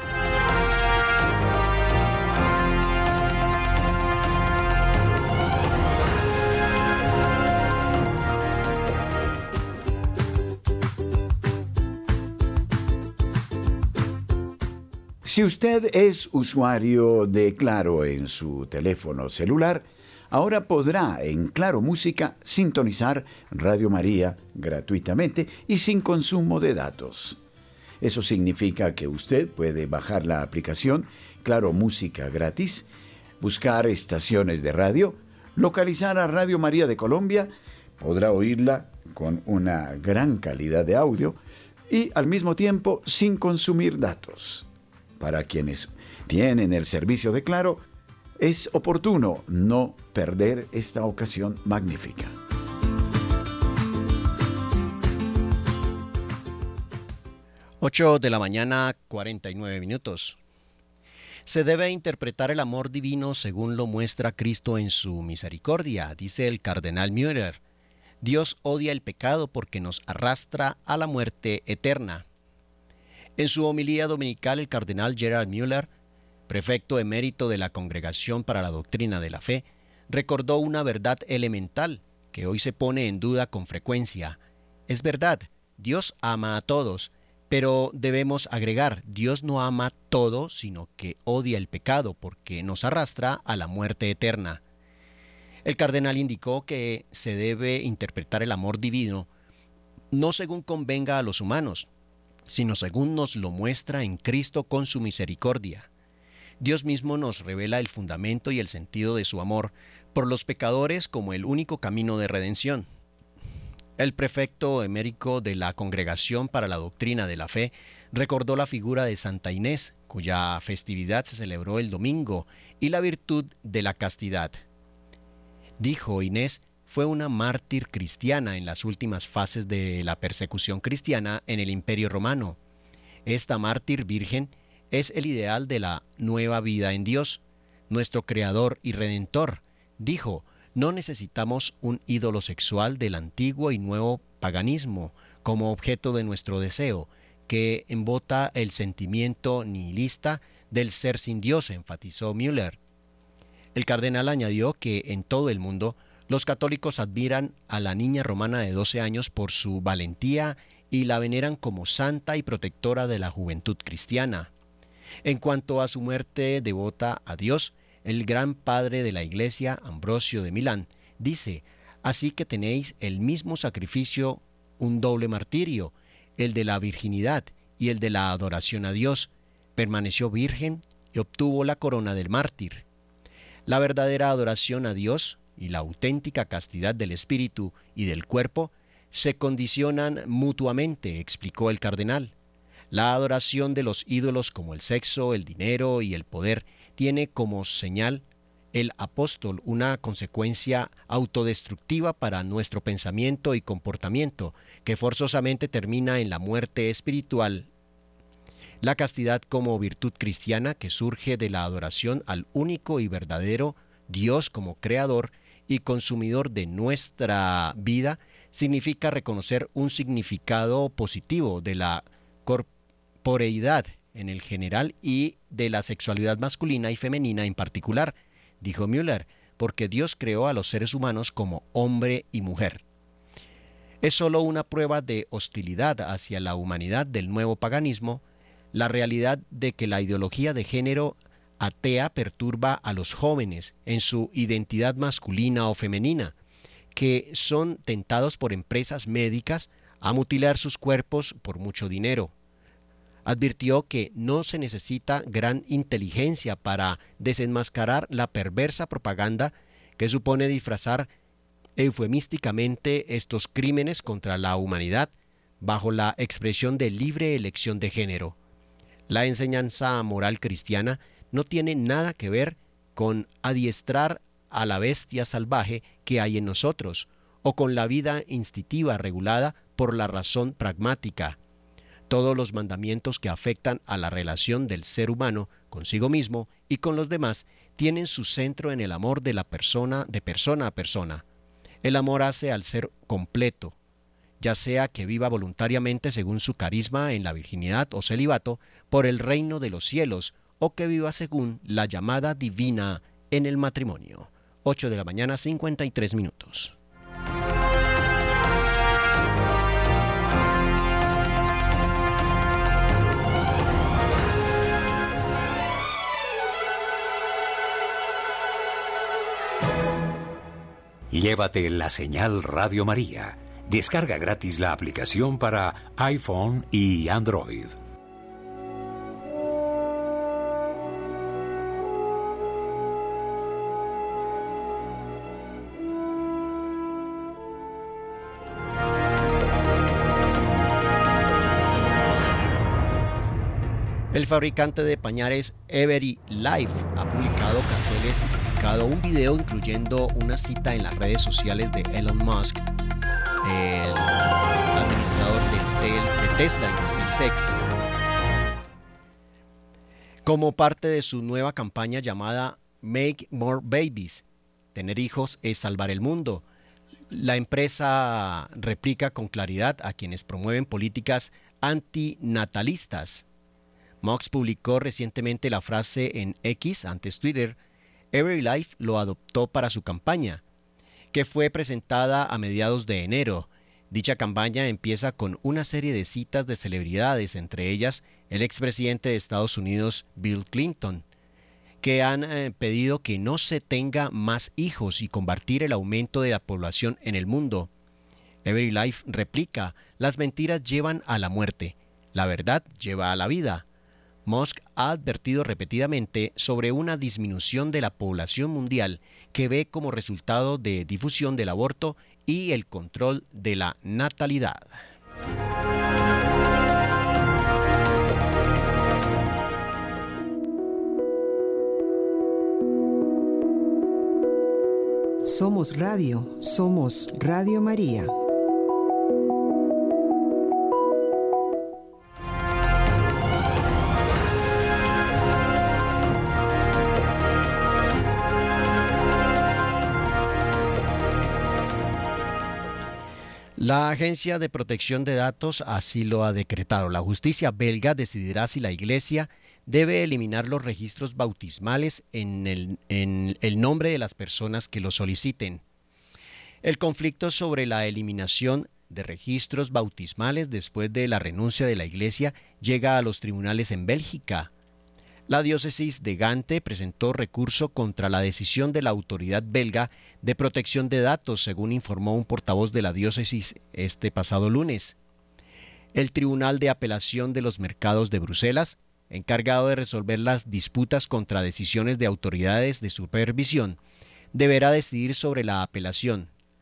Si usted es usuario de Claro en su teléfono celular, ahora podrá en Claro Música sintonizar Radio María gratuitamente y sin consumo de datos. Eso significa que usted puede bajar la aplicación Claro Música gratis, buscar estaciones de radio, localizar a Radio María de Colombia, podrá oírla con una gran calidad de audio y al mismo tiempo sin consumir datos. Para quienes tienen el servicio de Claro, es oportuno no perder esta ocasión magnífica. ocho de la mañana, cuarenta y nueve minutos. Se debe interpretar el amor divino según lo muestra Cristo en su misericordia, dice el cardenal Müller. Dios odia el pecado porque nos arrastra a la muerte eterna. En su homilía dominical, el cardenal Gerard Müller, prefecto emérito de la Congregación para la Doctrina de la Fe, recordó una verdad elemental que hoy se pone en duda con frecuencia. Es verdad, Dios ama a todos, pero debemos agregar, Dios no ama todo, sino que odia el pecado porque nos arrastra a la muerte eterna. El cardenal indicó que se debe interpretar el amor divino no según convenga a los humanos, sino según nos lo muestra en Cristo con su misericordia. Dios mismo nos revela el fundamento y el sentido de su amor por los pecadores como el único camino de redención. El prefecto emérito de la Congregación para la Doctrina de la Fe recordó la figura de Santa Inés, cuya festividad se celebró el domingo, y la virtud de la castidad. Dijo, Inés fue una mártir cristiana en las últimas fases de la persecución cristiana en el Imperio Romano. Esta mártir virgen es el ideal de la nueva vida en Dios, nuestro Creador y Redentor. Dijo, no necesitamos un ídolo sexual del antiguo y nuevo paganismo como objeto de nuestro deseo, que embota el sentimiento nihilista del ser sin Dios, enfatizó Müller. El cardenal añadió que en todo el mundo los católicos admiran a la niña romana de doce años por su valentía y la veneran como santa y protectora de la juventud cristiana. En cuanto a su muerte devota a Dios, el gran padre de la Iglesia, Ambrosio de Milán, dice, así que tenéis el mismo sacrificio, un doble martirio, el de la virginidad y el de la adoración a Dios. Permaneció virgen y obtuvo la corona del mártir. La verdadera adoración a Dios y la auténtica castidad del espíritu y del cuerpo se condicionan mutuamente, explicó el cardenal. La adoración de los ídolos como el sexo, el dinero y el poder tiene como señal el apóstol una consecuencia autodestructiva para nuestro pensamiento y comportamiento, que forzosamente termina en la muerte espiritual. La castidad como virtud cristiana que surge de la adoración al único y verdadero Dios como creador y consumidor de nuestra vida significa reconocer un significado positivo de la corporeidad en el general y de la sexualidad masculina y femenina en particular, dijo Müller, porque Dios creó a los seres humanos como hombre y mujer. Es solo una prueba de hostilidad hacia la humanidad del nuevo paganismo, la realidad de que la ideología de género atea perturba a los jóvenes en su identidad masculina o femenina, que son tentados por empresas médicas a mutilar sus cuerpos por mucho dinero. Advirtió que no se necesita gran inteligencia para desenmascarar la perversa propaganda que supone disfrazar eufemísticamente estos crímenes contra la humanidad bajo la expresión de libre elección de género. La enseñanza moral cristiana no tiene nada que ver con adiestrar a la bestia salvaje que hay en nosotros o con la vida instintiva regulada por la razón pragmática. Todos los mandamientos que afectan a la relación del ser humano consigo mismo y con los demás tienen su centro en el amor de la persona de persona a persona. El amor hace al ser completo, ya sea que viva voluntariamente según su carisma en la virginidad o celibato por el reino de los cielos, o que viva según la llamada divina en el matrimonio. ocho de la mañana, cincuenta y tres minutos. Llévate la señal Radio María. Descarga gratis la aplicación para iPhone y Android. El fabricante de pañales Every Life ha publicado carteles y publicado un video incluyendo una cita en las redes sociales de Elon Musk, el administrador de, de, de Tesla y de SpaceX, como parte de su nueva campaña llamada Make More Babies. Tener hijos es salvar el mundo. La empresa replica con claridad a quienes promueven políticas antinatalistas. Musk publicó recientemente la frase en X, antes Twitter. Every Life lo adoptó para su campaña, que fue presentada a mediados de enero. Dicha campaña empieza con una serie de citas de celebridades, entre ellas el expresidente de Estados Unidos, Bill Clinton, que han eh, pedido que no se tenga más hijos y combatir el aumento de la población en el mundo. Every Life replica: las mentiras llevan a la muerte, la verdad lleva a la vida. Musk ha advertido repetidamente sobre una disminución de la población mundial que ve como resultado de difusión del aborto y el control de la natalidad. Somos Radio, somos Radio María. La Agencia de Protección de Datos así lo ha decretado. La justicia belga decidirá si la Iglesia debe eliminar los registros bautismales en el, en el nombre de las personas que lo soliciten. El conflicto sobre la eliminación de registros bautismales después de la renuncia de la Iglesia llega a los tribunales en Bélgica. La diócesis de Gante presentó recurso contra la decisión de la autoridad belga de protección de datos, según informó un portavoz de la diócesis este pasado lunes. El Tribunal de Apelación de los Mercados de Bruselas, encargado de resolver las disputas contra decisiones de autoridades de supervisión, deberá decidir sobre la apelación.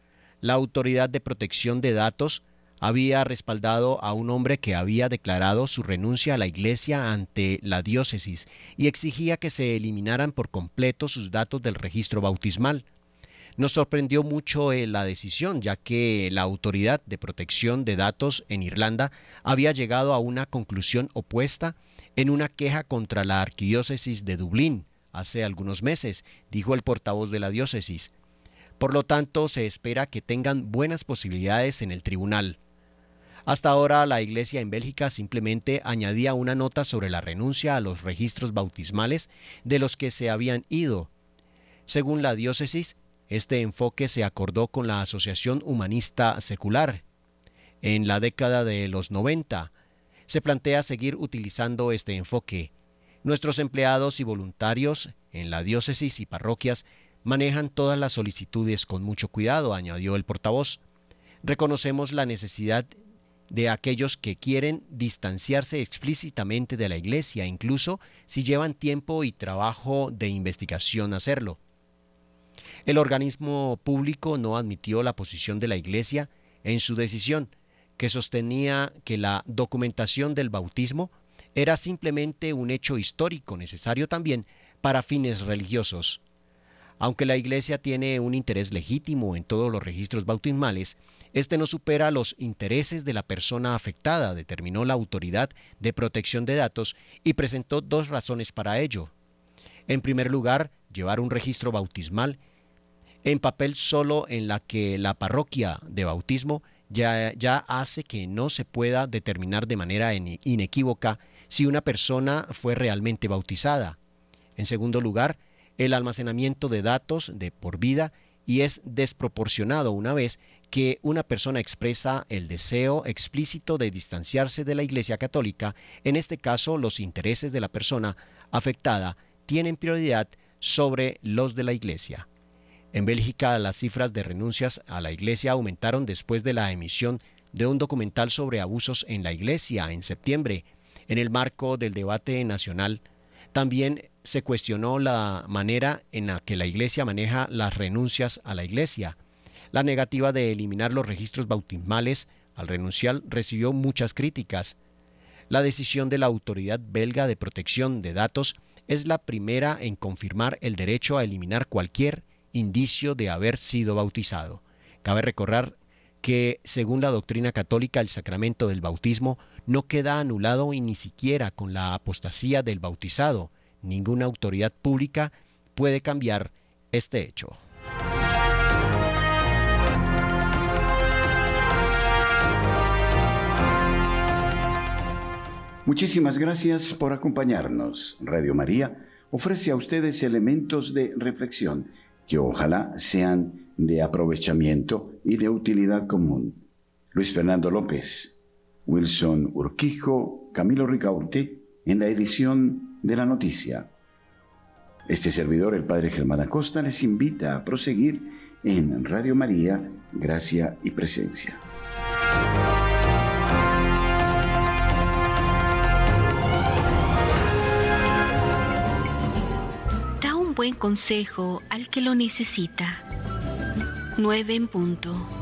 La Autoridad de Protección de Datos había respaldado a un hombre que había declarado su renuncia a la Iglesia ante la diócesis y exigía que se eliminaran por completo sus datos del registro bautismal. Nos sorprendió mucho eh, la decisión, ya que la Autoridad de Protección de Datos en Irlanda había llegado a una conclusión opuesta en una queja contra la Arquidiócesis de Dublín hace algunos meses, dijo el portavoz de la diócesis. Por lo tanto, se espera que tengan buenas posibilidades en el tribunal. Hasta ahora, la Iglesia en Bélgica simplemente añadía una nota sobre la renuncia a los registros bautismales de los que se habían ido. Según la diócesis, este enfoque se acordó con la Asociación Humanista Secular. En la década de los noventa, se plantea seguir utilizando este enfoque. Nuestros empleados y voluntarios en la diócesis y parroquias manejan todas las solicitudes con mucho cuidado, añadió el portavoz. Reconocemos la necesidad de aquellos que quieren distanciarse explícitamente de la Iglesia, incluso si llevan tiempo y trabajo de investigación hacerlo. El organismo público no admitió la posición de la Iglesia en su decisión, que sostenía que la documentación del bautismo era simplemente un hecho histórico necesario también para fines religiosos. Aunque la Iglesia tiene un interés legítimo en todos los registros bautismales, este no supera los intereses de la persona afectada, determinó la Autoridad de Protección de Datos y presentó dos razones para ello. En primer lugar, llevar un registro bautismal en papel solo en la que la parroquia de bautismo ya, ya hace que no se pueda determinar de manera inequívoca si una persona fue realmente bautizada. En segundo lugar, el almacenamiento de datos de por vida y es desproporcionado una vez que una persona expresa el deseo explícito de distanciarse de la Iglesia Católica. En este caso, los intereses de la persona afectada tienen prioridad sobre los de la Iglesia. En Bélgica, las cifras de renuncias a la Iglesia aumentaron después de la emisión de un documental sobre abusos en la Iglesia en septiembre. En el marco del debate nacional, también se cuestionó la manera en la que la Iglesia maneja las renuncias a la Iglesia. La negativa de eliminar los registros bautismales al renunciar recibió muchas críticas. La decisión de la Autoridad Belga de Protección de Datos es la primera en confirmar el derecho a eliminar cualquier indicio de haber sido bautizado. Cabe recordar que, según la doctrina católica, el sacramento del bautismo no queda anulado y ni siquiera con la apostasía del bautizado. Ninguna autoridad pública puede cambiar este hecho. Muchísimas gracias por acompañarnos. Radio María ofrece a ustedes elementos de reflexión que ojalá sean de aprovechamiento y de utilidad común. Luis Fernando López, Wilson Urquijo, Camilo Ricaurte, en la edición de la noticia. Este servidor, el Padre Germán Acosta, les invita a proseguir en Radio María, Gracia y Presencia. Da un buen consejo al que lo necesita. nueve en punto.